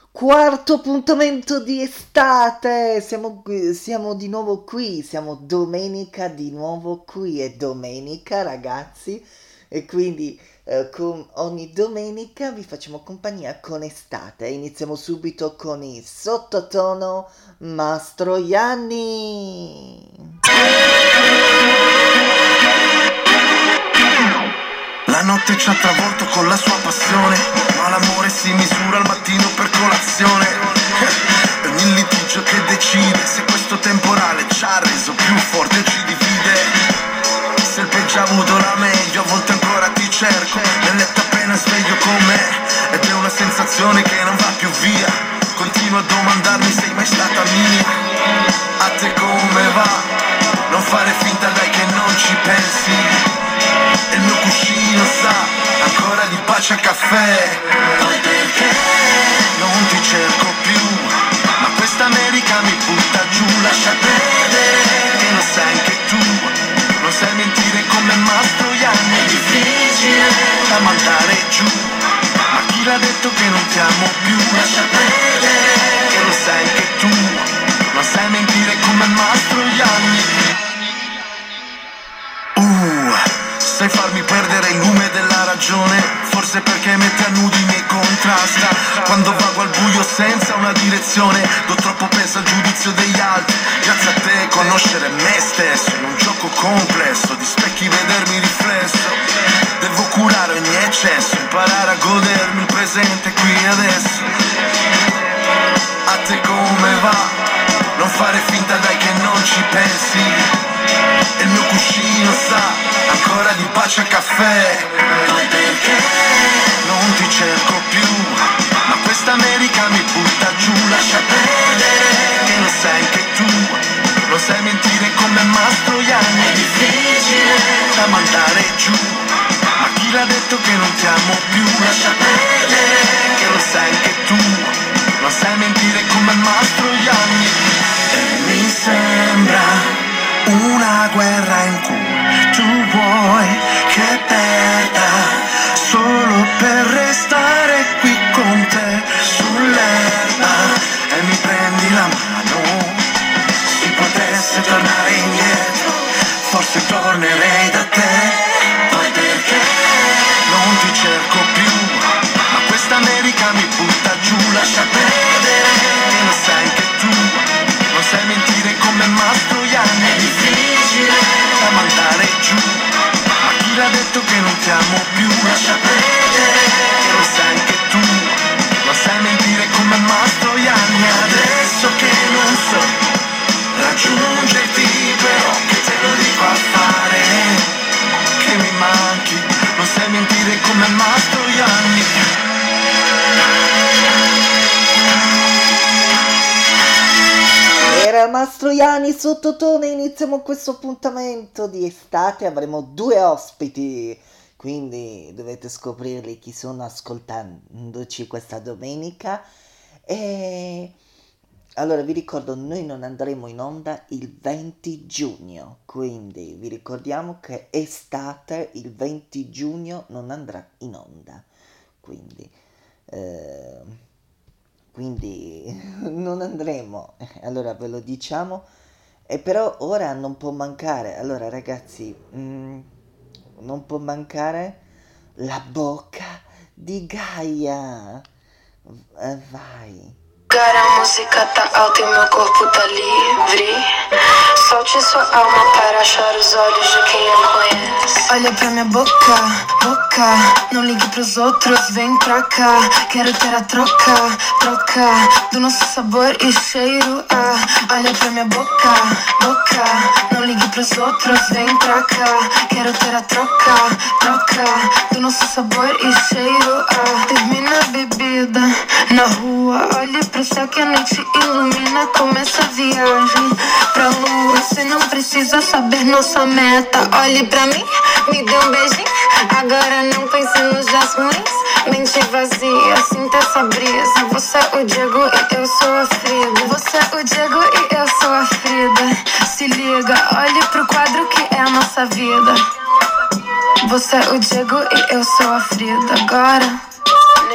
Quarto appuntamento di estate, siamo di nuovo qui, siamo domenica di nuovo qui, è domenica ragazzi, e quindi con ogni domenica vi facciamo compagnia con estate. Iniziamo subito con il sottotono Mastroianni. La notte ci ha travolto con la sua passione, ma l'amore si misura al mattino per colazione. E ogni litigio che decide se questo temporale ci ha reso più forte o ci divide. Se il peggio ha avuto la meglio, a volte ancora ti cerco nel letto appena sveglio con me, ed è una sensazione che non va più via. Continuo a domandarmi: sei mai stata mia? A te come va? Non fare finta dai che non ci pensi. Il mio cuscino sa ancora di pace al caffè. Poi perché non ti cerco più, ma questa America mi butta giù. Lascia perdere, che lo sai anche tu. Non sai mentire come Mastroianni. È difficile da mandare giù, ma chi l'ha detto che non ti amo più? Lascia perdere, che lo sai anche tu. Non sai mentire come Mastroianni. Sai farmi perdere il lume della ragione, forse perché mette a nudi i miei contrasta. Quando vago al buio senza una direzione, do troppo peso al giudizio degli altri. Grazie a te conoscere me stesso, in un gioco complesso di specchi vedermi riflesso. Devo curare ogni eccesso, imparare a godermi il presente qui e adesso. A te come va? Non fare finta dai che non ci pensi. Il mio cuscino sa ancora di pace al caffè. Poi perché non ti cerco più, ma questa America mi butta giù. Lascia perdere, che lo sai anche tu. Non sai mentire come Mastroianni. È difficile da mandare giù, ma chi l'ha detto che non ti amo più? Lascia perdere, che lo sai anche tu. Non sai mentire come Mastroianni. E mi sembra una guerra in cui tu vuoi che perda, solo per restare qui con te sull'erba. E mi prendi la mano, se potesse tornare indietro, forse tornerei da te. Poi perché non ti cerco più, ma questa America mi butta giù. Lascia perdere, che lo sai anche tu. Non sai mentire come Mastroianni. È difficile da mandare giù, ma chi l'ha detto che non ti amo più? Lascia perdere, che lo sai anche tu. Non sai mentire come Mastroianni. Adesso che non so raggiungerti, però che te lo dico a fare, che mi manchi. Non sai mentire come Mastroianni. Era Mastroianni Sottotono. Iniziamo questo appuntamento di estate, avremo due ospiti, quindi dovete scoprirli chi sono ascoltandoci questa domenica. E allora vi ricordo, noi non andremo in onda il 20 giugno, quindi vi ricordiamo che estate, il 20 giugno non andrà in onda, quindi non andremo, allora ve lo diciamo. E però ora non può mancare, allora ragazzi, non può mancare la bocca di Gaia. Vai. Agora a música tá alta e meu corpo tá livre. Solte sua alma para achar os olhos de quem a conhece. Olha pra minha boca, boca. Não ligue pros outros, vem pra cá. Quero ter a troca, troca do nosso sabor e cheiro. Olha pra minha boca, boca. Não ligue pros outros, vem pra cá. Quero ter a troca, troca do nosso sabor e cheiro. Termina a bebida na rua. Olhe pro céu que a noite ilumina. Começa a viagem pra lua. Você não precisa saber nossa meta. Olhe pra mim, me dê um beijinho. Agora não pense nos dias ruins. Mente vazia, sinta essa brisa. Você é o Diego e eu sou a Frida. Você é o Diego e eu sou a Frida. Se liga, olhe pro quadro que é a nossa vida. Você é o Diego e eu sou a Frida. Agora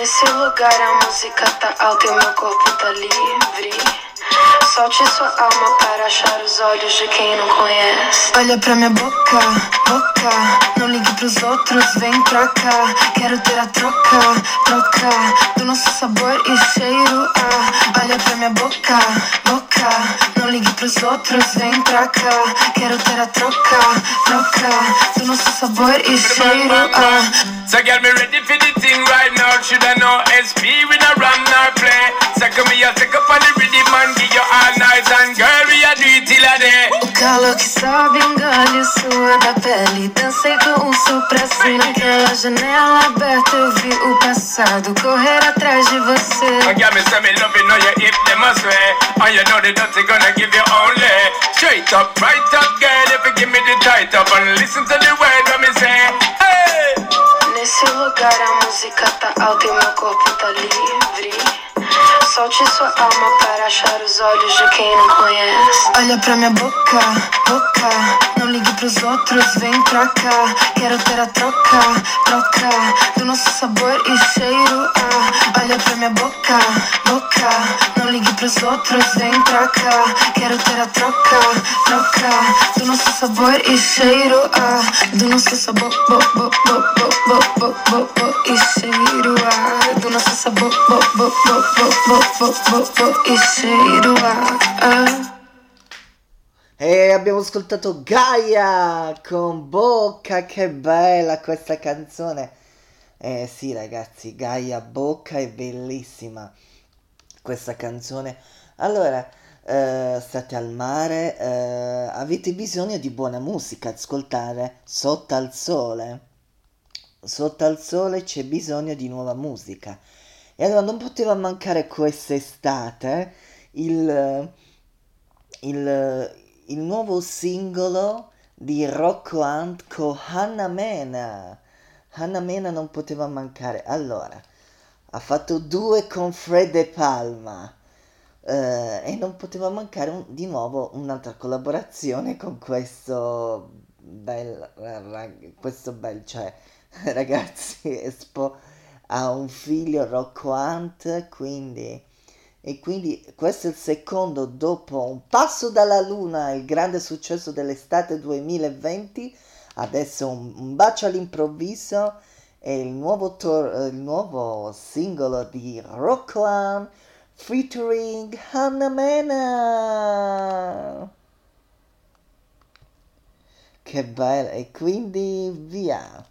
Nesse lugar a música tá alta e meu corpo tá livre. Solte sua alma para achar os olhos de quem não conhece. Olha pra minha boca, boca, não ligue pros outros, vem pra cá. Quero ter a troca, troca do nosso sabor e cheiro. Olha pra minha boca, boca, não ligue pros outros, vem pra cá. Quero ter a troca, troca do nosso sabor e cheiro. So get me ready for the thing right now. Should I know SP with a run or play? Second me a take up on the rhythm and give you all night. And girl, we a do it till a day. O calor que sobe, engole o suor da pele. Dancei com um suprasso naquela janela aberta. Eu vi o passado correr atrás de você. I got me some me love you know you hip them a sway. And you know the dirty gonna give you only. Straight up, right up, girl. If you give me the tight up and listen to the word that me say. Hey! Nesse lugar a música tá alta e meu corpo tá livre. Solte sua alma para achar os olhos de quem não conhece. Olha pra minha boca, boca, não ligue pros outros, vem pra cá. Quero ter a troca, troca do nosso sabor e cheiro. Olha pra minha boca, boca, não ligue pros outros, vem pra cá. Quero ter a troca, troca do nosso sabor e cheiro. Do nosso sabor, bo, bo, bo, bo, bo, bo, bo, bo, e cheiro. Do nosso sabor, bo, bo, bo, bo, bo, bo, bo, bo, e cheiro. E abbiamo ascoltato Gaia con Bocca, che bella questa canzone. Sì ragazzi, Gaia Bocca è bellissima questa canzone. Allora, state al mare, avete bisogno di buona musica, ascoltare Sotto al sole. Sotto al sole c'è bisogno di nuova musica. E allora non poteva mancare quest'estate il nuovo singolo di Rocco Hunt con Hannah Mena. Hannah Mena non poteva mancare. Allora, ha fatto 2 con Fred De Palma e non poteva mancare di nuovo un'altra collaborazione con questo bel, cioè ragazzi, ha un figlio, Rocco Hunt, quindi questo è il secondo dopo Un passo dalla luna, il grande successo dell'estate 2020. Adesso un bacio all'improvviso è il nuovo singolo di Rocco Hunt featuring Hannah Mena. Che bello, e quindi via.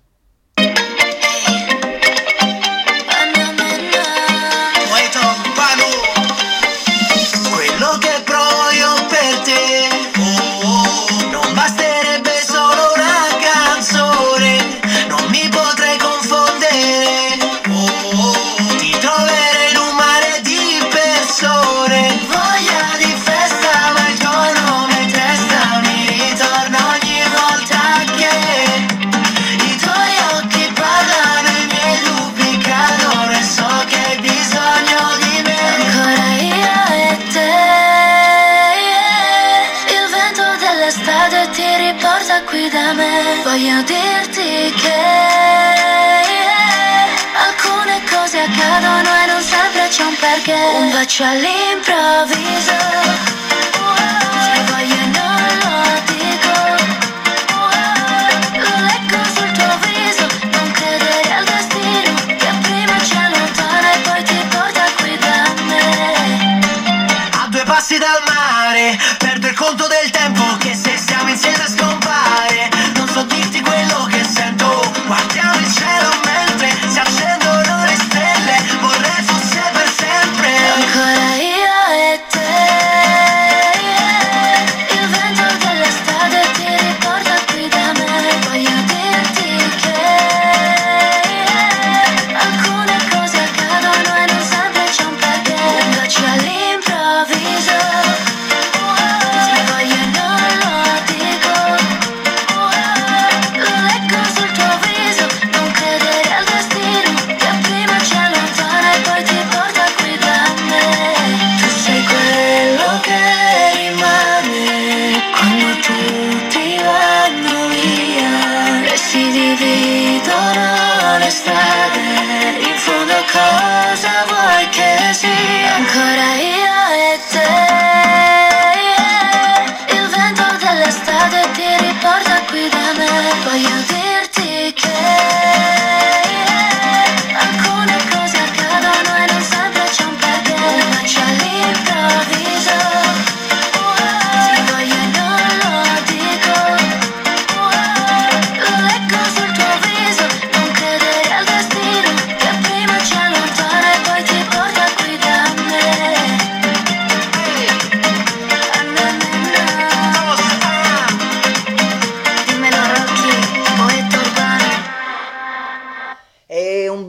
Quello che provo io per te, non basterebbe solo una canzone, non mi potrei confondere, ti troverei in un mare di persone, voglia di festa ma il tuo nome in testa mi ritorna ogni volta che i tuoi occhi parlano, i miei dubbi cadono e so che hai bisogno di me. Ancora io e te, il vento dell'estate ti riporta qui da me. Voglio dirti che alcune cose accadono e non sempre c'è un perché. Un bacio all'improvviso, se voglio e non lo dico, lo leggo sul tuo viso. Non credere al destino che prima ci allontana e poi ti porta qui da me. A 2 passi dal mare, perdo il conto del tempo che se siamo insieme scompare. Non so dirti quello che sento, guardiamo il cielo mentre si accendono le stelle. Vorrei fosse per sempre. Ancora io e te, il vento dell'estate ti riporta qui da me. Voglio dirti che alcune cose accadono e non sempre c'è un perché. Un bacio all'improvviso, se voglio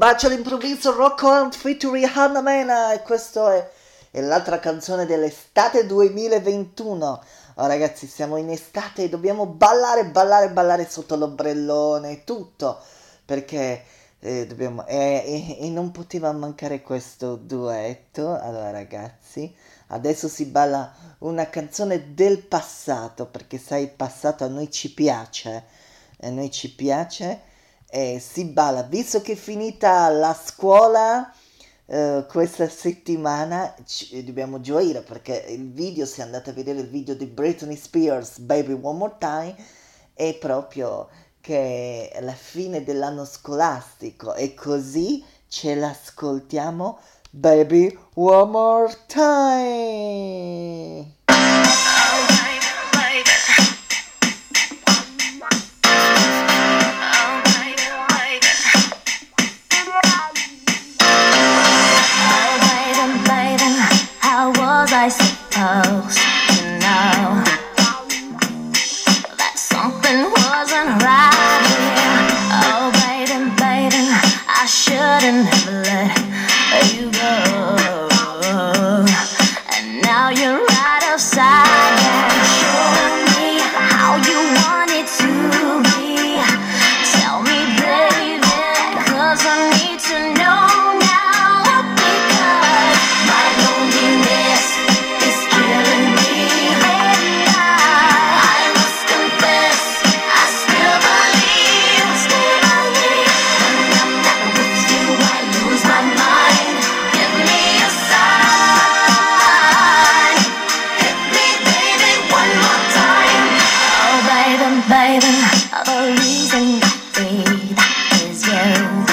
bacio all'improvviso, Rocco Hunt featuring Hannah Mena, e questo è l'altra canzone dell'estate 2021. Oh ragazzi, siamo in estate e dobbiamo ballare sotto l'ombrellone e tutto, perché dobbiamo, e non poteva mancare questo duetto. Allora ragazzi, adesso si balla una canzone del passato, perché sai, il passato a noi ci piace, e si balla, visto che è finita la scuola. Questa settimana dobbiamo gioire, perché il video, se andate a vedere il video di Britney Spears Baby One More Time, è proprio che è la fine dell'anno scolastico, e così ce l'ascoltiamo Baby One More Time. I supposed to know that something wasn't right here. Oh, baby, baby, I shouldn't have let you go. And now you're right outside and showing me how you want it to be. Tell me, baby, 'cause I need to know now, because my loneliness is killing me. I must confess, I still believe. When I'm not with you, I lose my mind. Give me a sign. Hit me, baby, one more time. Oh, baby, baby, the reason I breathe is you.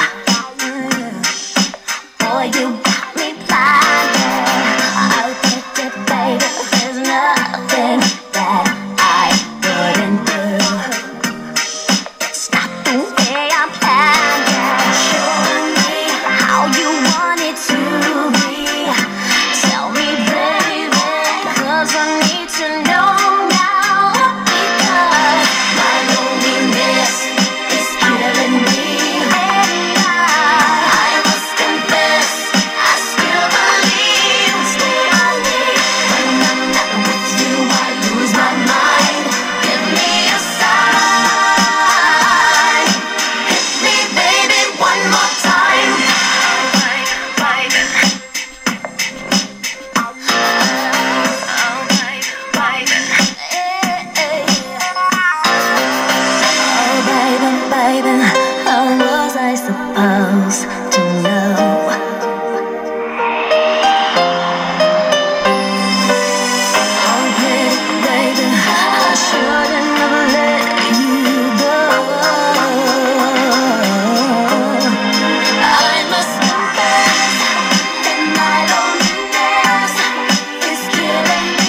Boy, you got me blind. Oh, baby, there's nothing that I wouldn't do. It's not the way I planned it. Show me how you want it to be. Tell me, baby, 'cause I need to know now, because my loneliness is killing me. I must confess, I still believe. When I'm not with you, I lose my mind. Give me a sign. Hit me, baby, one more time. Oh, baby, baby, how was I supposed to know? Oh, baby, I shouldn't have let you go. I must confess that my loneliness is killing me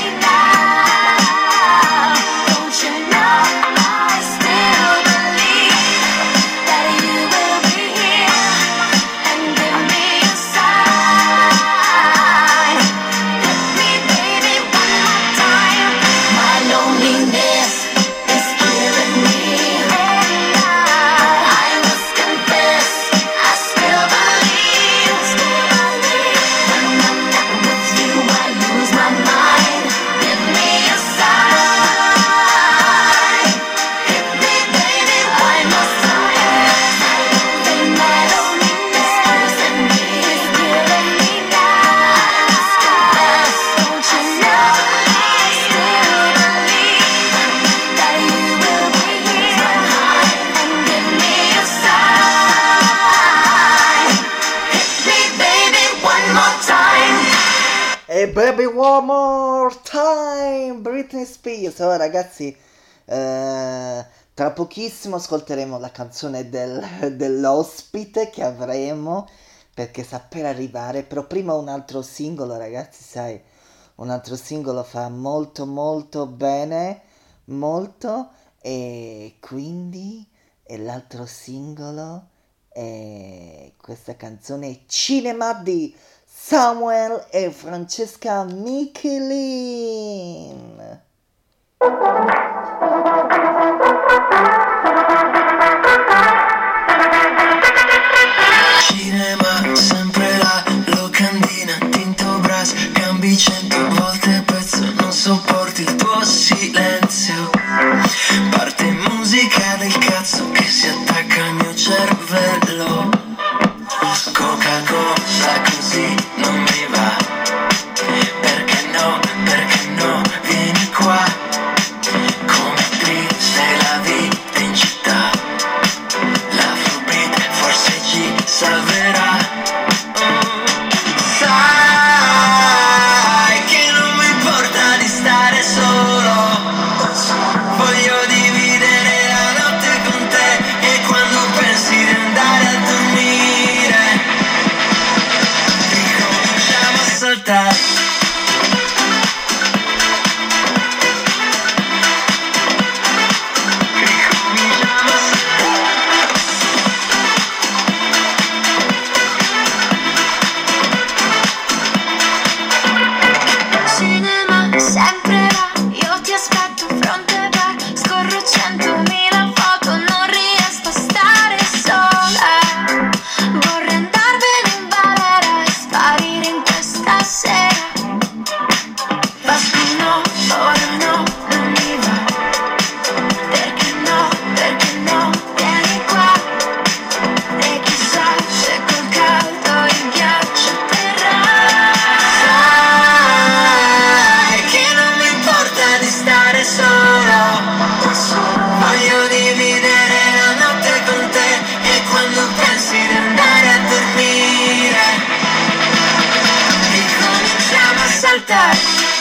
now. Don't you know I still believe that you will be here and give me a sign. Hit me, baby, one more time. My loneliness is killing me. I must confess, I still believe. When I'm not with you, I lose my mind. Give me a sign. Hit me, baby, one more time. My loneliness is killing me. Don't you know I still believe that you will be here and give me a sign. Hit me, baby, one more time. E Baby One More Time, Britney Spears. Oh ragazzi, tra pochissimo ascolteremo la canzone dell'ospite che avremo, perché sta per arrivare. Però prima un altro singolo, ragazzi, sai, un altro singolo fa molto bene, molto, e quindi l'altro singolo è questa canzone Cinema di Samuel e Francesca Michelin. Cinema locandina, tinto brass, cambi 100 volte il pezzo, non sopporti il tuo silenzio. Parte musica del cazzo che si attacca al mio cervello. Coca-Cola così non mi va. Perché no, vieni qua. Come triste la vita in città. L'Afrobeat forse ci salverà. Sai che non mi importa di stare solo. Voglio dividere la notte con te. E quando pensi di andare a dormire ricominciamo a saltare. Cinema sempre là, io ti aspetto fronte bar, scorro 100.000 foto, non riesco a stare sola. Vorrei andarvene in balera e sparire in questa sera. Vasco no, ora no, non mi va. Perché no, vieni qua. E chissà se col caldo il ghiaccio terrà. Sai che non mi importa di stare solo. Voglio dividere la notte con te. E quando pensi di andare a dormire ricominciamo a saltare.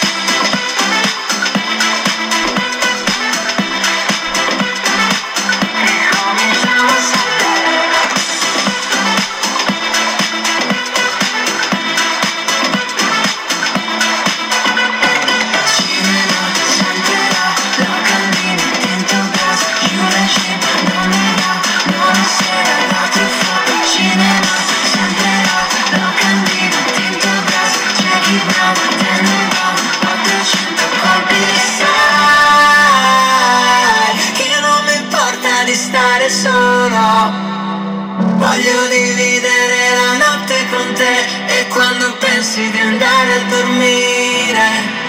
Ricominciamo a saltare. Cinema sempre là, locandina, tinto gas, Giulia Gym, non mi va, non sera la truffa. Cinema sempre là, locandina, tinto gas, Jackie Brown, Tenenbaum, 400 colpi di sai che non mi importa di stare solo. Voglio dividere la notte con te. E quando pensi di andare a dormire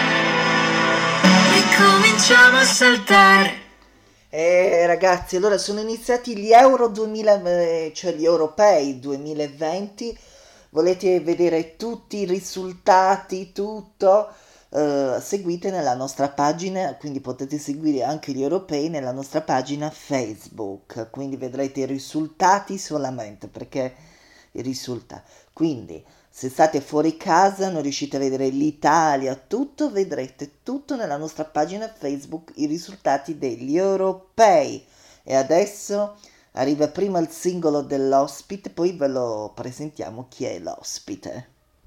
ricominciamo a saltare. Ragazzi, allora sono iniziati gli Euro 2000, cioè gli Europei 2020. Volete vedere tutti i risultati, tutto? Seguite nella nostra pagina, quindi potete seguire anche gli Europei nella nostra pagina Facebook, quindi vedrete i risultati solamente, perché i risultati. Quindi se state fuori casa, non riuscite a vedere l'Italia, tutto, vedrete tutto nella nostra pagina Facebook, i risultati degli Europei. E adesso arriva prima il singolo dell'ospite, poi ve lo presentiamo chi è l'ospite.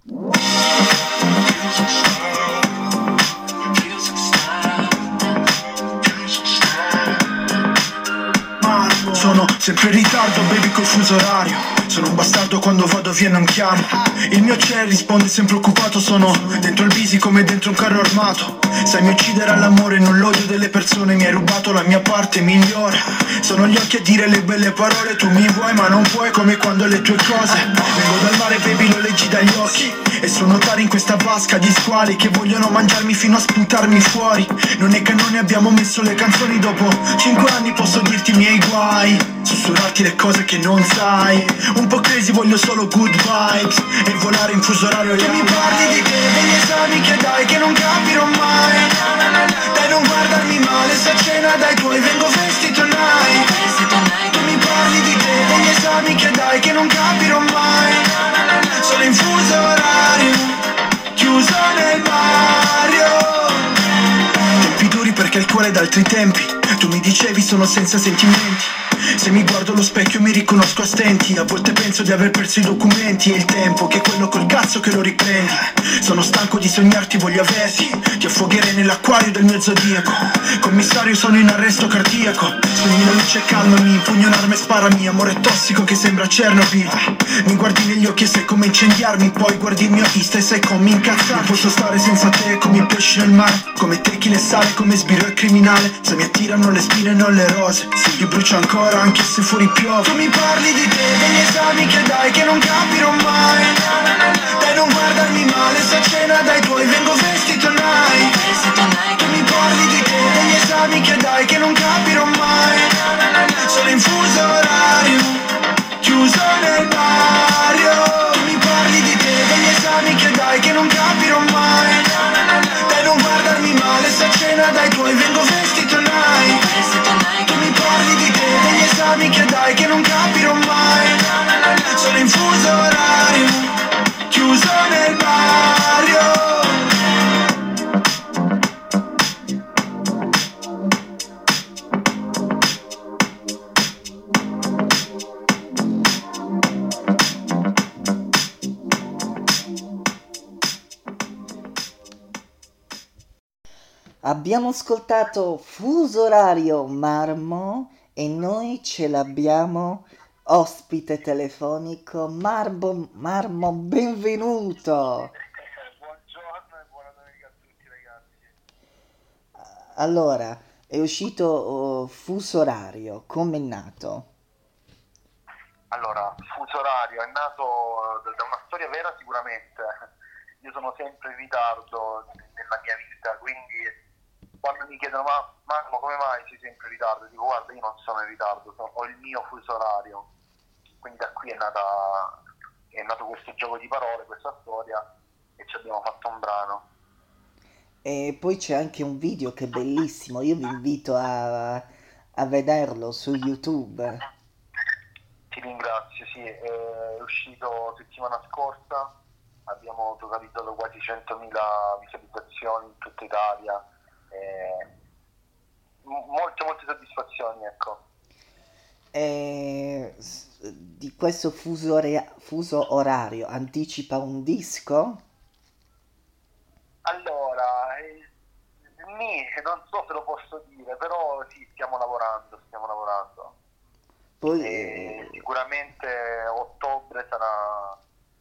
Sono sempre in ritardo, baby, col fuso orario. Sono un bastardo, quando vado via non chiamo. Il mio ciel risponde sempre occupato. Sono dentro il busy come dentro un carro armato. Sai mi uccidere all'amore, non l'odio delle persone. Mi hai rubato la mia parte migliore. Sono gli occhi a dire le belle parole. Tu mi vuoi ma non puoi, come quando le tue cose. Vengo dal mare, baby, lo leggi dagli occhi. E sono notari in questa vasca di squali che vogliono mangiarmi fino a sputarmi fuori. Non è che non ne abbiamo messo le canzoni. Dopo 5 anni posso dirti i miei guai, sussurrarti le cose che non sai. Un po' crazy, voglio solo good vibes e volare in fuso orario. Che mi parli di te, degli esami che dai, che non capirò mai. Dai, non guardarmi male, se a cena dai tuoi vengo vestito night. Che mi parli di te, degli esami che dai, che non capirò mai. Sono in fuso orario, chiuso nel Mario. Tempi duri perché il cuore è d'altri tempi. Tu mi dicevi sono senza sentimenti. Se mi guardo allo specchio mi riconosco a stenti. A volte penso di aver perso i documenti e il tempo, che è quello col cazzo che lo riprendi. Sono stanco di sognarti, voglio averti. Ti affogherei nell'acquario del mio zodiaco. Commissario, sono in arresto cardiaco. Spegni la luce, calmami, impugno un'arma e sparami. Amore tossico che sembra Chernobyl. Mi guardi negli occhi e sai come incendiarmi. Poi guardi il mio Insta e sai come incazzarmi. Non posso stare senza te come i pesci nel mare, come te chi le sale, come sbirro e criminale. Se mi attirano le spine non le rose, sì, io brucio ancora anche se fuori piove. Tu mi parli di te, degli esami che dai, che non capirò mai. Dai, non guardarmi male, sta a cena dai tuoi, vengo vestito night. Tu mi parli di te, degli esami che dai, che non capirò mai. Sono in fuso orario, chiuso nel barrio. Tu mi parli di te, degli esami che dai, che non capirò mai. Dai, non guardarmi male, sta a cena dai tuoi, vengo vestito night. Tu mi parli di te, degli esami che dai, che non capirò mai. Sono in fuso orario, chiuso nel barrio. Abbiamo ascoltato Fuso Orario Marmo e noi ce l'abbiamo ospite telefonico. Marmo, benvenuto! Buongiorno e buona domenica a tutti ragazzi. Allora, è uscito Fuso Orario, com'è nato? Allora, Fuso Orario è nato da una storia vera sicuramente. Io sono sempre in ritardo nella mia vita, quindi quando mi chiedono ma come mai sei sempre in ritardo? Dico guarda, io non sono in ritardo, ho il mio fuso orario. Quindi da qui è nato questo gioco di parole, questa storia, e ci abbiamo fatto un brano. E poi c'è anche un video che è bellissimo, io vi invito a vederlo su YouTube. Ti ringrazio, sì, è uscito settimana scorsa, abbiamo totalizzato quasi 100.000 visualizzazioni in tutta Italia, molte soddisfazioni, ecco. Di questo fuso orario anticipa un disco? Allora, non so se lo posso dire, però sì, stiamo lavorando. Poi Sicuramente ottobre sarà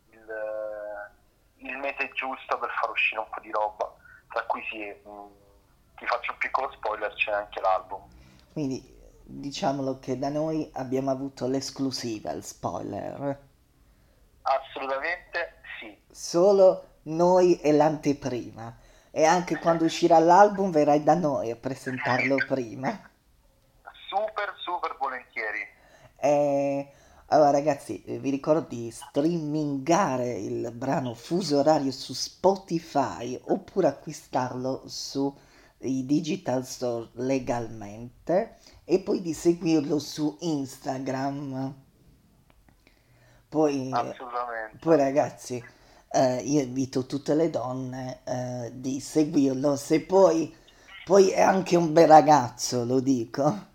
il mese giusto per far uscire un po' di roba, tra cui sì, ti faccio un piccolo spoiler, c'è anche l'album. quindi diciamolo che da noi abbiamo avuto l'esclusiva, il spoiler. Assolutamente sì. Solo noi e l'anteprima. E anche quando uscirà l'album verrai da noi a presentarlo prima. Super volentieri. Allora ragazzi, vi ricordo di streamingare il brano Fuso Orario su Spotify oppure acquistarlo su i digital store legalmente e poi di seguirlo su Instagram. Poi Assolutamente. ragazzi, io invito tutte le donne di seguirlo, se poi è anche un bel ragazzo, lo dico.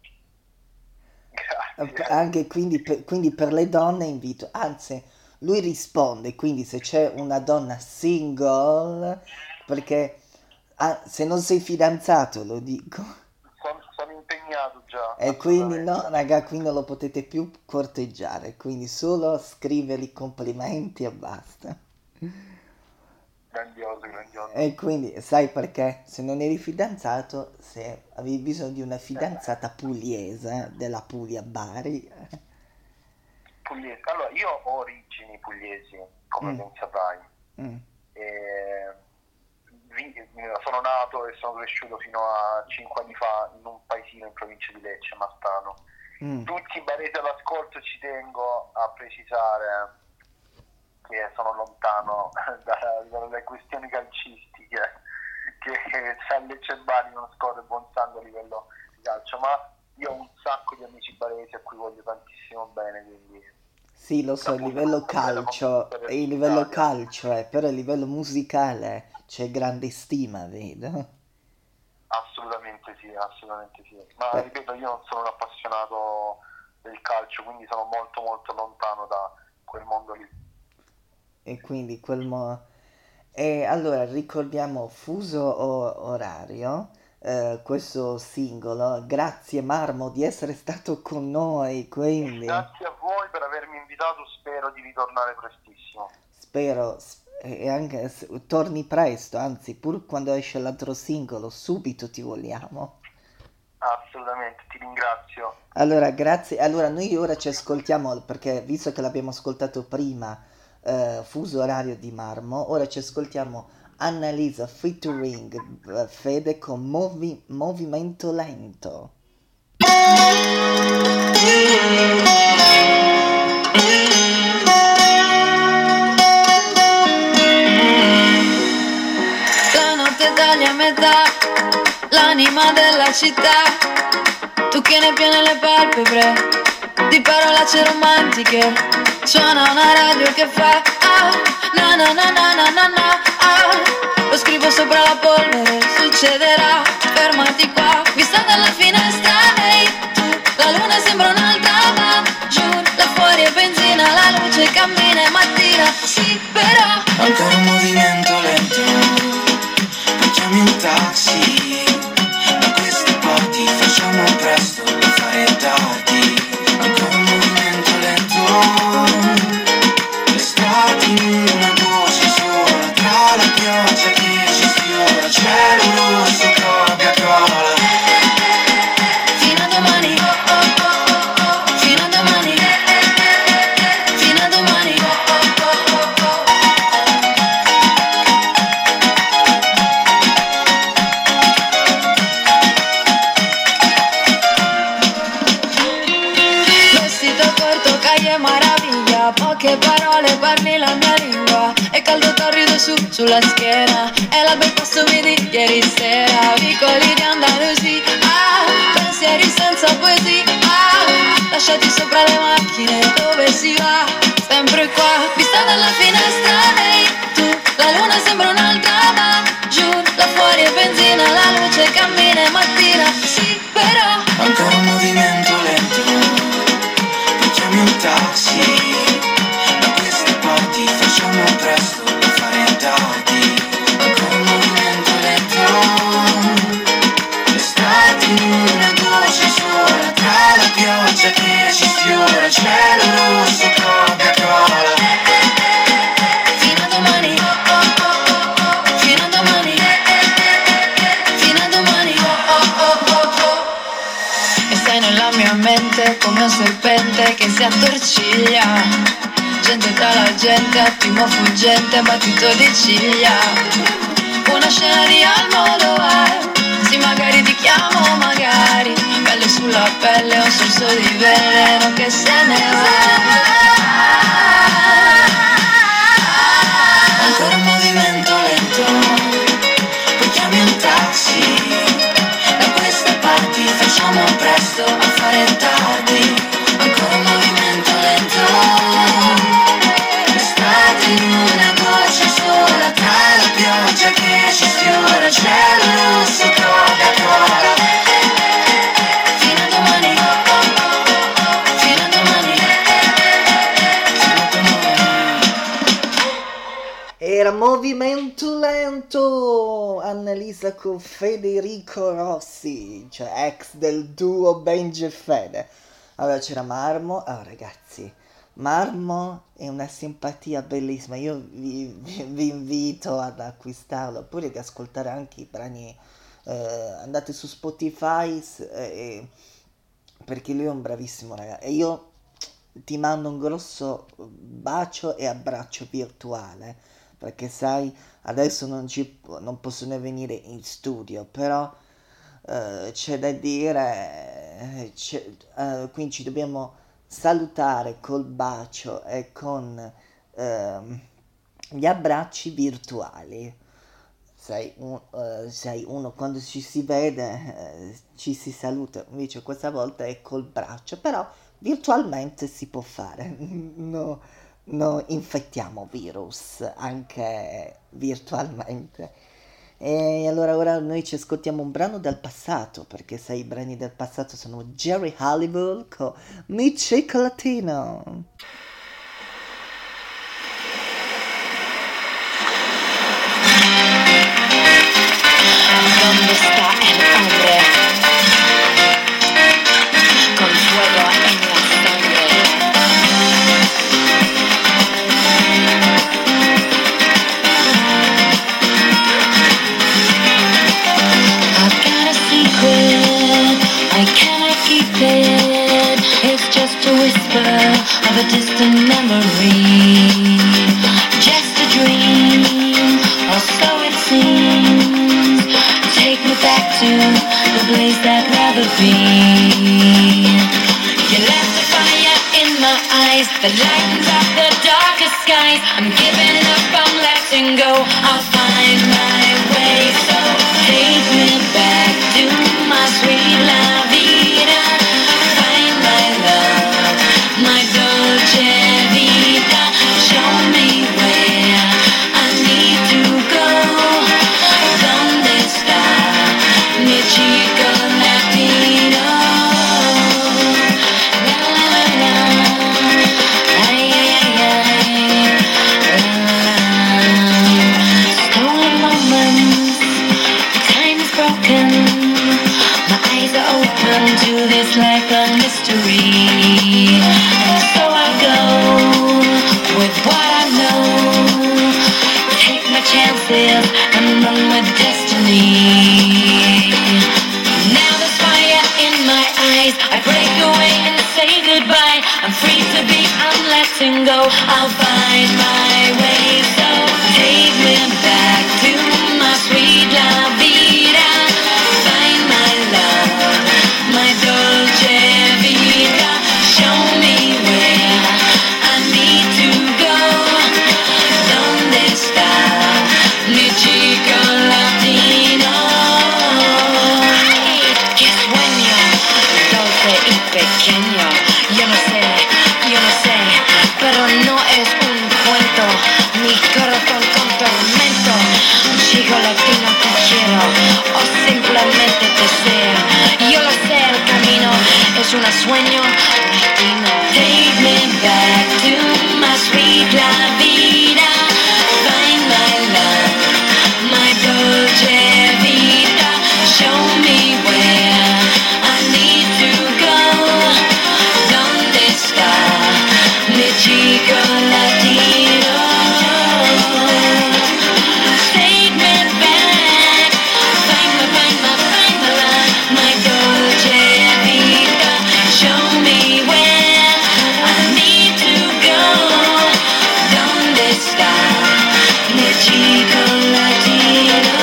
Grazie. Anche quindi per le donne invito, anzi, lui risponde, quindi se c'è una donna single, perché se non sei fidanzato, lo dico, Sono impegnato già. e quindi no, Assolutamente. raga, qui non lo potete più corteggiare, quindi solo scrivergli complimenti e basta. Grandioso. E quindi sai perché? Se non eri fidanzato, se avevi bisogno di una fidanzata pugliese della Puglia Bari. Pugliese. Allora, io ho origini pugliesi, come ben saprai. Mm. Sono nato e sono cresciuto fino a 5 anni fa in un paesino in provincia di Lecce, Martano. Tutti i baresi all'ascolto ci tengo a precisare che sono lontano dalle questioni calcistiche, che a Lecce e Bari non scorre buon sangue a livello di calcio, ma io ho un sacco di amici baresi a cui voglio tantissimo bene, quindi Sì, lo so, il livello calcio, però a livello musicale c'è grande stima, vedo. assolutamente sì. Ma Beh, ripeto, io non sono un appassionato del calcio, quindi sono molto lontano da quel mondo lì. e quindi E allora ricordiamo Fuso Orario, questo singolo. Grazie Marmo di essere stato con noi, quindi Grazie a voi per avermi invitato, spero di ritornare prestissimo. spero e anche torni presto, anzi pur quando esce l'altro singolo, subito ti vogliamo. Assolutamente, ti ringrazio. Allora, grazie. Allora, noi ora ci ascoltiamo, perché visto che l'abbiamo ascoltato prima, Fuso orario di Marmo, ora ci ascoltiamo Annalisa featuring Fede con Movimento Lento. La notte taglia a metà l'anima della città, tu che ne piene le palpebre di parolacce romantiche. Suona una radio che fa na na na na na na na lo scrivo sopra la polvere, succederà, fermati qua, vista dalla finestra, ehi tu, la luna sembra un'altra, ma giù, là fuori è benzina, la luce cammina e mattina, sì però Ancora un movimento lento, chiami un taxi, da queste parti facciamo presto per fare tardi. Ancora un movimento lento, l'estate in una voce sola, tra la pioggia che ci sfiora, cielo rosso, Coca-Cola. fino a domani, fino a domani, fino a domani, vestito corto, caglie maraviglia, poche parole, parli la mia lingua, e caldo torrido sulla schiena, e la bel pasto vedi ieri sera, vicoli di Andalusia, pensieri senza poesia, lasciati sopra le macchine, dove si va, sempre qua, vista dalla finestra, ehi tu, la luna sembra un'altra, ma giù, là fuori è benzina, la luce cammina e mattina, sì però Ancora un movimento lento, chiami un taxi, da queste parti facciamo presto per fare tardi. Ancora un movimento lento, l'estate in una voce sola, tra la pioggia che ci sfiora, cielo rosso, Coca-Cola. fino a domani, fino a domani, fino a domani, e sei nella mia mente come un serpente che si attorciglia, gente tra la gente, attimo fuggente, battito di ciglia, una scena di Almodovar, sì magari ti chiamo, magari, pelle sulla pelle, un sorso di veleno che se ne va. Ancora un movimento lento, poi chiami un taxi, da queste parti facciamo presto a fare tardi. Ancora un movimento lento, l'estate in una goccia sola, tra la pioggia che ci sfiora, cielo rosso, Coca-Cola. Fino a domani, fino a domani, Fino a domani. Era Movimento Lento, Annalisa con Federico Rossi, cioè ex del duo Benji e Fede. Allora c'era Marmo, ragazzi, Marmo è una simpatia bellissima, io vi invito ad acquistarlo, oppure di ascoltare anche i brani, andate su Spotify, perché lui è un bravissimo ragazzo, e io ti mando un grosso bacio e abbraccio virtuale, perché sai, adesso non possono venire in studio, però c'è da dire, quindi ci dobbiamo salutare col bacio e con gli abbracci virtuali. Sai, uno quando ci si vede ci si saluta, invece questa volta è col braccio, però virtualmente si può fare. No, infettiamo virus anche virtualmente. E allora ora noi ci ascoltiamo un brano del passato, perché sai, i brani del passato sono Jerry Halliwell con Mi Cioccolatino. ¿dónde está el hombre? Con fuego en la sangre. I've got a secret a distant memory, just a dream, or so it seems. Take me back to the place that never be. You left the fire in my eyes that lightens up the darkest skies. I'm giving up, I'm letting go, I'll find my way. So take me back to my sweet la vida. Find my love, my dolce vita. Show me where I need to go. Donde está mi chico latino? La la la la, ay ay ay ay, la la la. Stolen moments, time is broken. My eyes are open to this life of mystery. And so I go with what I know. Take my chances and run with destiny. Now there's fire in my eyes. I break away and say goodbye. I'm free to be, I'm letting go. I'll find my way. So take me back to my sweet la vida. Find my love, my dolce vita. Show me where I need to go. Donde está mi chico latino? Ay, qué sueño dulce y pequeño. Yo no sé, pero no es un cuento. Mi corazón con tormento. Un chico latino te quiero, o simplemente deseo. Yo lo sé, el camino es un sueño latino. Take me back to my sweet la vida. Find my love, my dolce vita. Show me where I need to go. Donde está mi chico latino? Take me back, find my love, my dolce vita. Show me where I need to go. Donde está mi chico latino?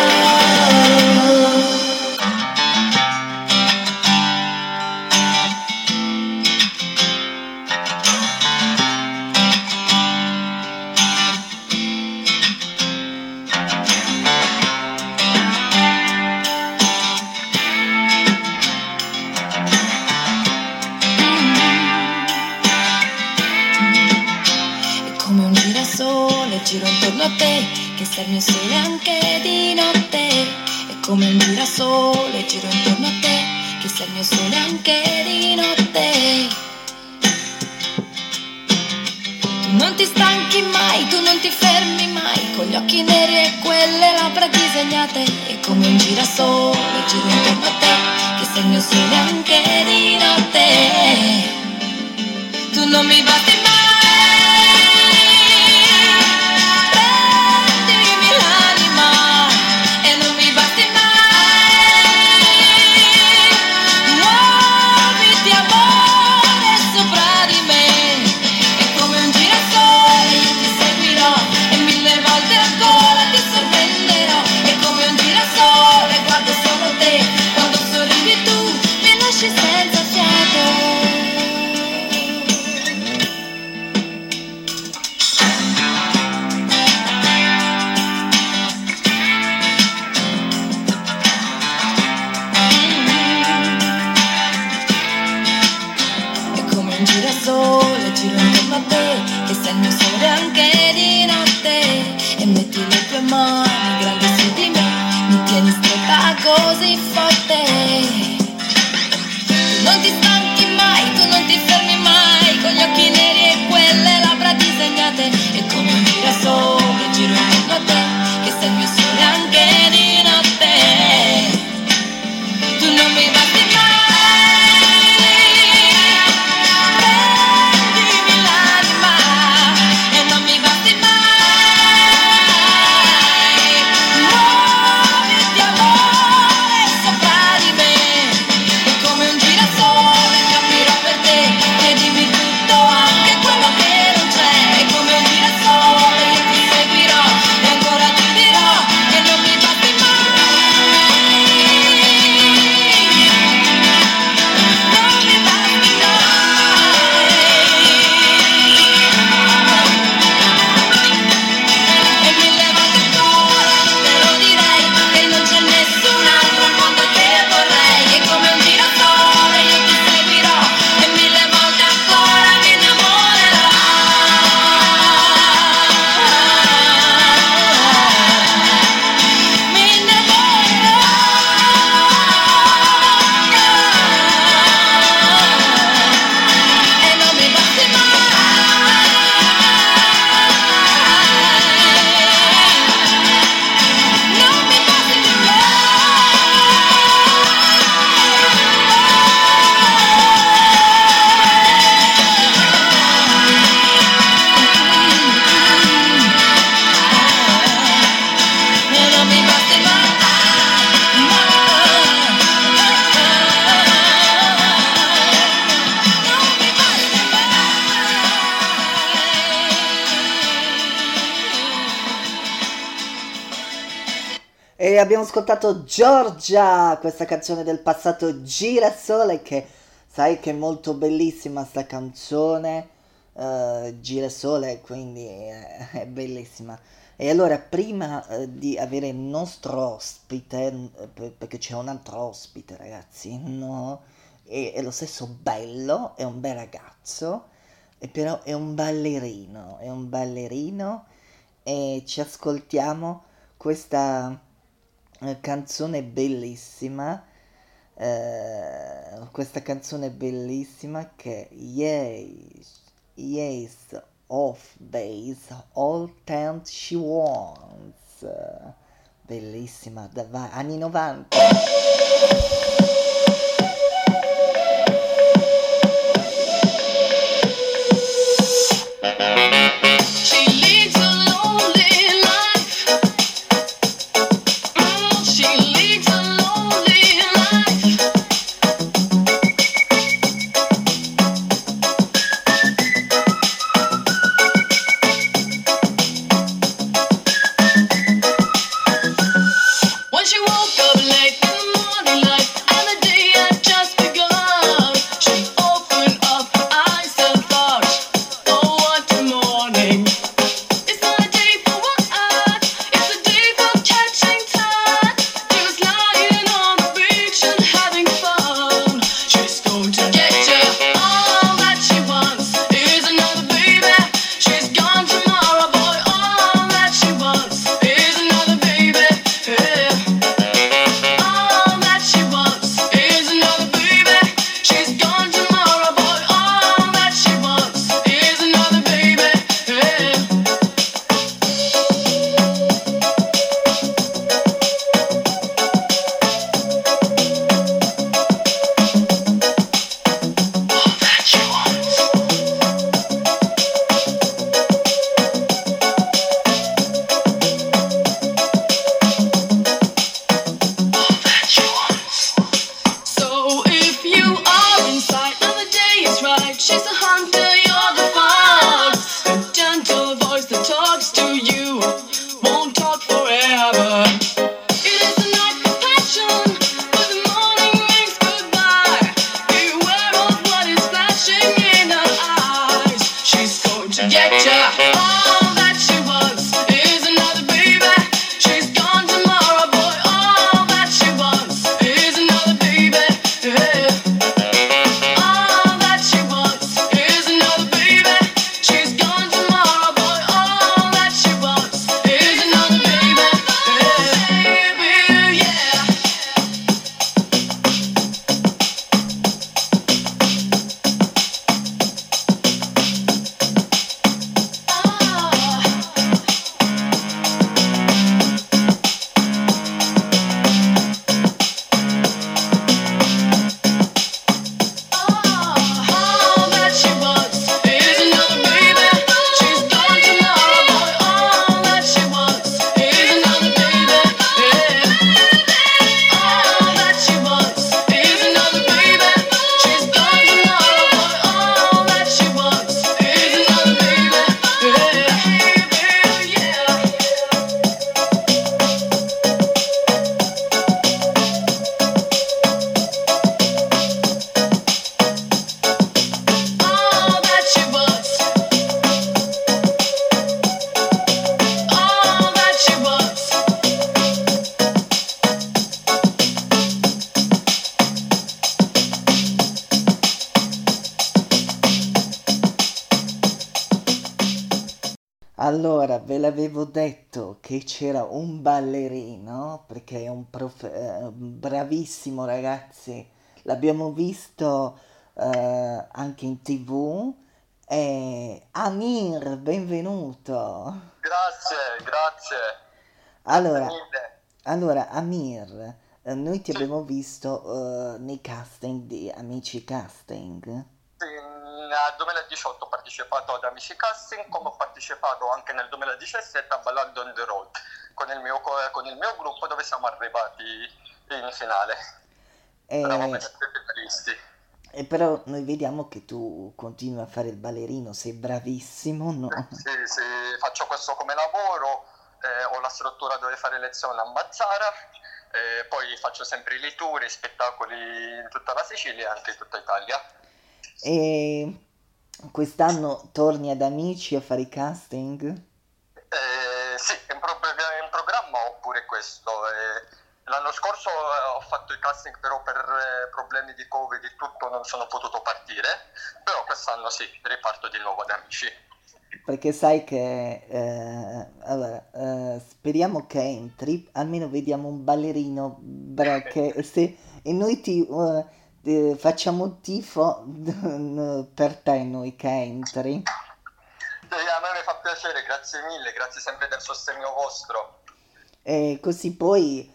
È come un girasole, giro intorno a te, che sei il mio sole anche di notte. È come un girasole, giro intorno a te, che sei il mio sole anche di notte. Tu non ti stanchi mai, tu non ti fermi mai, con gli occhi neri e quelle labbra disegnate. È come un girasole, giro intorno a te, che sei il mio sole anche di notte. Tu non mi basti mai. Prendimi l'anima e non mi basti mai. Muoviti amore sopra di me. È come un girasole, io ti seguirò e mille volte ancora ti sorprenderò. È come un girasole, guardo solo te. Quando sorridi tu mi lasci senza fiato. È come un girasole, giro intorno a te, che sei il mio sole anche di notte. E metti le tue mani grandi su di me, mi tieni stretta così forte. Tu non ti stanchi mai, tu non ti fermi mai, con gli occhi neri e quelle labbra disegnate. È come un girasole, giro intorno a te, che sei il mio sole anche di notte. Tu non mi basti mai. Prendimi l'anima e non mi basti mai. Muoviti amore sopra di me. È come un girasole, E abbiamo ascoltato Giorgia, questa canzone del passato Girasole, che sai che è molto bellissima sta canzone, Girasole, quindi è bellissima. E allora prima di avere il nostro ospite, perché c'è un altro ospite ragazzi, no? È lo stesso bello, è un bel ragazzo, e però è un ballerino e ci ascoltiamo questa canzone bellissima, questa canzone bellissima che Yes of Base All Tent She Wants, bellissima, anni 90. Allora, ve l'avevo detto che c'era un ballerino, perché è un bravissimo ragazzi, l'abbiamo visto anche in TV, e Amir, benvenuto. Grazie, grazie. Allora, Grazie mille. allora Amir, noi ti Sì, abbiamo visto nei casting di Amici Casting. sì, nel 2018 ho partecipato ad Amici Casting, come ho partecipato anche nel 2017 a Ballando on the Road con il mio gruppo, dove siamo arrivati in finale. Eravamo E, veramente finalisti. e però noi vediamo che tu continui a fare il ballerino, sei bravissimo, no? Sì, sì, faccio questo come lavoro, ho la struttura dove fare lezione a Mazara, poi faccio sempre i tour, i spettacoli in tutta la Sicilia e anche in tutta Italia. E quest'anno torni ad Amici a fare i casting? Sì, in programma oppure questo. L'anno scorso ho fatto i casting, però per problemi di Covid e tutto non sono potuto partire, però quest'anno sì, riparto di nuovo ad Amici. Perché sai che allora, speriamo che entri, almeno vediamo un ballerino e noi ti facciamo un tifo per te, noi che entri. A me mi fa piacere, grazie mille, grazie sempre del sostegno vostro. E così poi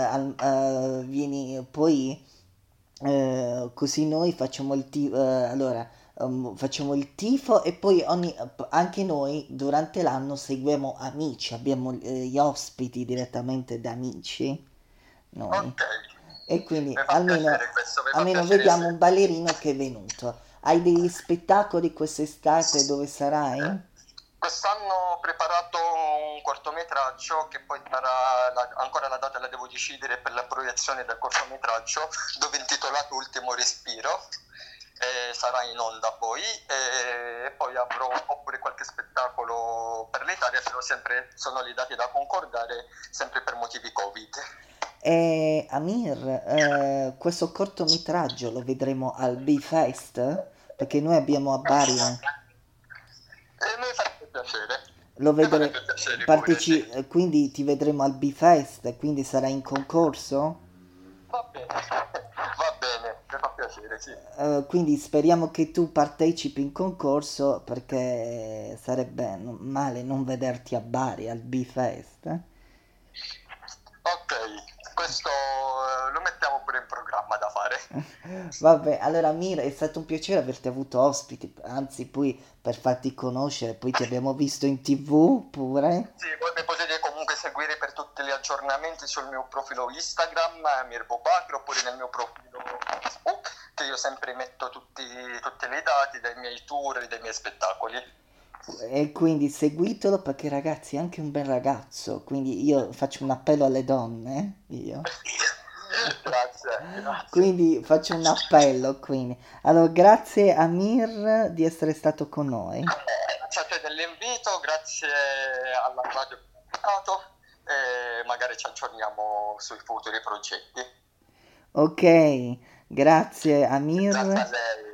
vieni poi così noi facciamo il tifo, allora facciamo il tifo e poi anche noi durante l'anno seguiamo Amici, abbiamo gli ospiti direttamente da Amici noi. Ok. E quindi Mi fa almeno piacere questo, mi fa piacere, vediamo sì. un ballerino che è venuto. Hai degli spettacoli quest'estate dove sarai? Quest'anno ho preparato un cortometraggio che poi sarà ancora la data la devo decidere per la proiezione del cortometraggio, dove è intitolato Ultimo Respiro, sarà in onda poi, e poi avrò oppure qualche spettacolo per l'Italia, però sempre sono le date da concordare, sempre per motivi Covid. E Amir, questo cortometraggio lo vedremo al B-Fest? Perché noi abbiamo a Bari. Mi farebbe piacere. Lo Mi vedremo. farebbe piacere pure, sì. Quindi ti vedremo al B-Fest, quindi sarai in concorso? Va bene, mi fa piacere, sì. Quindi speriamo che tu partecipi in concorso perché sarebbe male non vederti a Bari al B-Fest. Ok, questo lo mettiamo pure in programma da fare. Vabbè, allora Mira, è stato un piacere averti avuto ospiti, anzi poi per farti conoscere, poi ti abbiamo visto in TV pure. Sì, voi mi potete comunque seguire per tutti gli aggiornamenti sul mio profilo Instagram, Mirbo Bacro, oppure nel mio profilo Facebook, che io sempre metto tutte le date dei miei tour, dei miei spettacoli. E quindi seguitelo perché ragazzi è anche un bel ragazzo, quindi io faccio un appello alle donne, io. Grazie. Quindi faccio un appello, quindi. Allora, grazie Amir di essere stato con noi. Grazie a te dell'invito, grazie alla radio che mi ha dato, e magari ci aggiorniamo sui futuri progetti. Ok, grazie Amir. Grazie a lei.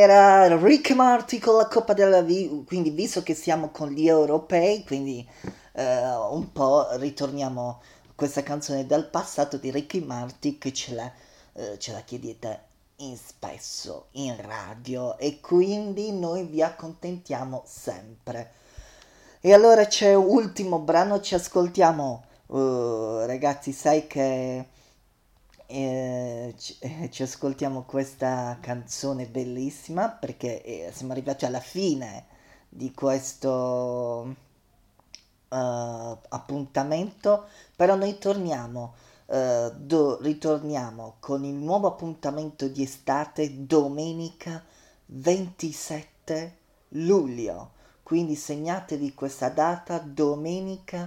era Rick Marty con la Coppa della quindi visto che siamo con gli europei, quindi un po' ritorniamo a questa canzone dal passato di Ricky Martin che ce la chiedete spesso in radio e quindi noi vi accontentiamo sempre. E allora c'è ultimo brano, ci ascoltiamo, ragazzi, sai che ci ascoltiamo questa canzone bellissima perché siamo arrivati alla fine di questo appuntamento, però noi ritorniamo con il nuovo appuntamento di estate domenica 27 luglio, quindi segnatevi questa data, domenica.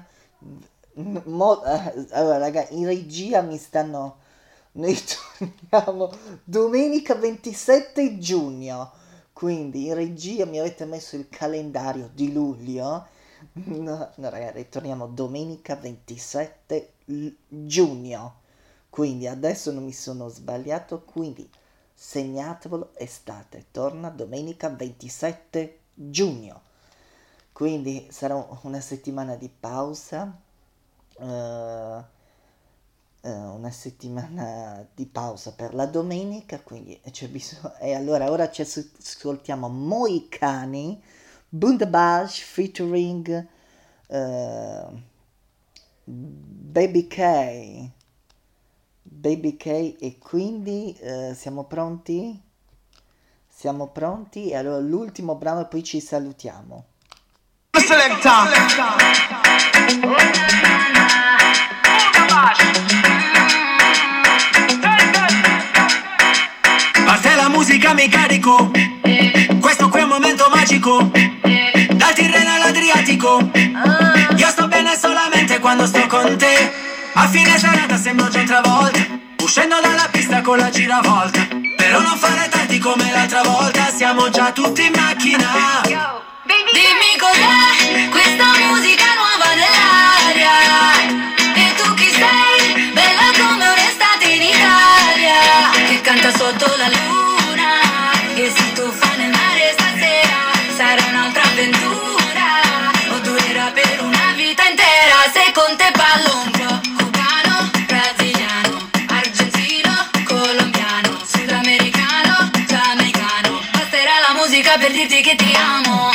Allora raga, in regia noi torniamo domenica 27 giugno, quindi in regia mi avete messo il calendario di luglio. No, ragazzi, ritorniamo domenica 27 giugno, quindi adesso non mi sono sbagliato, quindi segnatevelo, estate, torna domenica 27 giugno, quindi sarà una settimana di pausa, per la domenica, quindi c'è bisogno, e allora ora ci ascoltiamo Moicani, Bundabash featuring Baby K, e quindi siamo pronti? Siamo pronti? E allora l'ultimo brano e poi ci salutiamo. Parte la musica, mi carico. Questo qui è un momento magico. Dal Tirreno all'Adriatico. Io sto bene solamente quando sto con te. A fine serata sembro già travolta, uscendo dalla pista con la giravolta. Però non fare tardi come l'altra volta, siamo già tutti in macchina. Dimmi cos'è questa musica nuova nell'aria. E tu chi sei? Bella come un'estate in Italia, che canta sotto la luna. E si tuffa nel mare stasera, sarà un'altra avventura, o durerà per una vita intera. Se con te ballo un po', cubano, brasiliano, argentino, colombiano, sudamericano, giamaicano, basterà la musica per dirti che ti amo.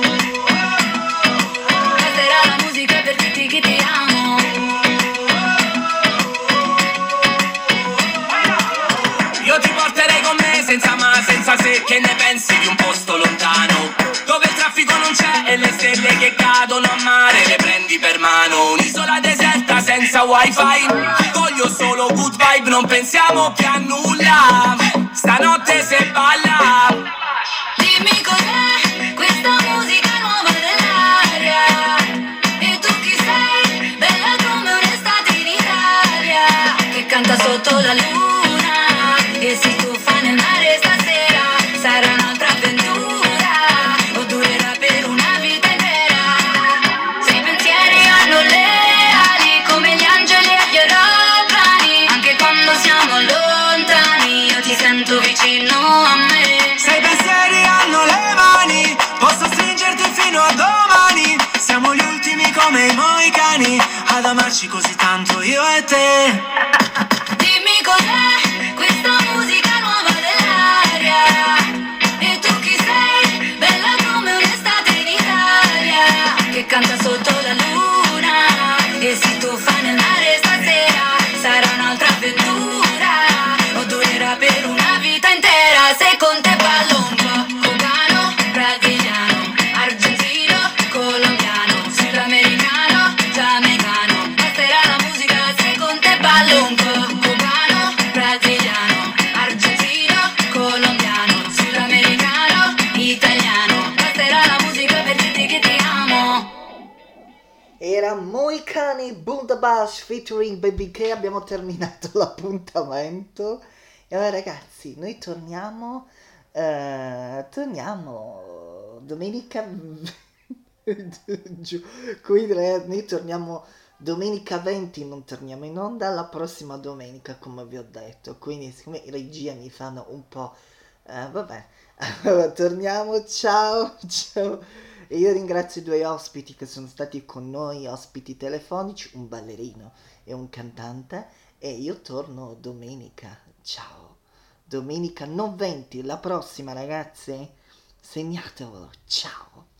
Senza ma, senza se, che ne pensi di un posto lontano, dove il traffico non c'è e le stelle che cadono a mare le prendi per mano. Un'isola deserta senza wifi, voglio solo good vibe, non pensiamo più a nulla, stanotte se balla. Dimmi cos'è questa musica nuova nell'aria. E tu chi sei? Bella come un'estate in Italia, che canta sotto la luna e si tuffa nel mare stasera, sarà un'altra avventura, o durerà per una vita intera. Se i pensieri hanno le ali come gli angeli e gli aeroplani, anche quando siamo lontani io ti sento vicino a me. Se i pensieri hanno le mani, posso stringerti fino a domani, siamo gli ultimi come i moicani ad amarci così tanto io e te. Dimmi cos'è questa musica nuova nell'aria. E tu chi sei? Bella come un'estate in Italia, che canta sotto la luna e si tuffa nel mare stasera, sarà un'altra avventura, o durerà per una vita intera. Se con te ballo un po', cubano, brasiliano, argentino, colombiano, sudamericano, giamaicano, basterà la musica. Se con te ballo un po', cubano, brasiliano, argentino, colombiano, sudamericano, italiano, basterà la musica per dirti che ti amo. Era Moicani, Bundabash featuring Baby K, abbiamo terminato l'appuntamento. E ora ragazzi, noi torniamo domenica quindi noi torniamo domenica 20, non torniamo in onda la prossima domenica come vi ho detto, quindi siccome in regia mi fanno un po' Vabbè, allora torniamo, ciao, ciao. E io ringrazio i due ospiti che sono stati con noi, ospiti telefonici, un ballerino e un cantante, e io torno domenica, ciao. Domenica non 20, la prossima ragazzi, segnatevelo, ciao.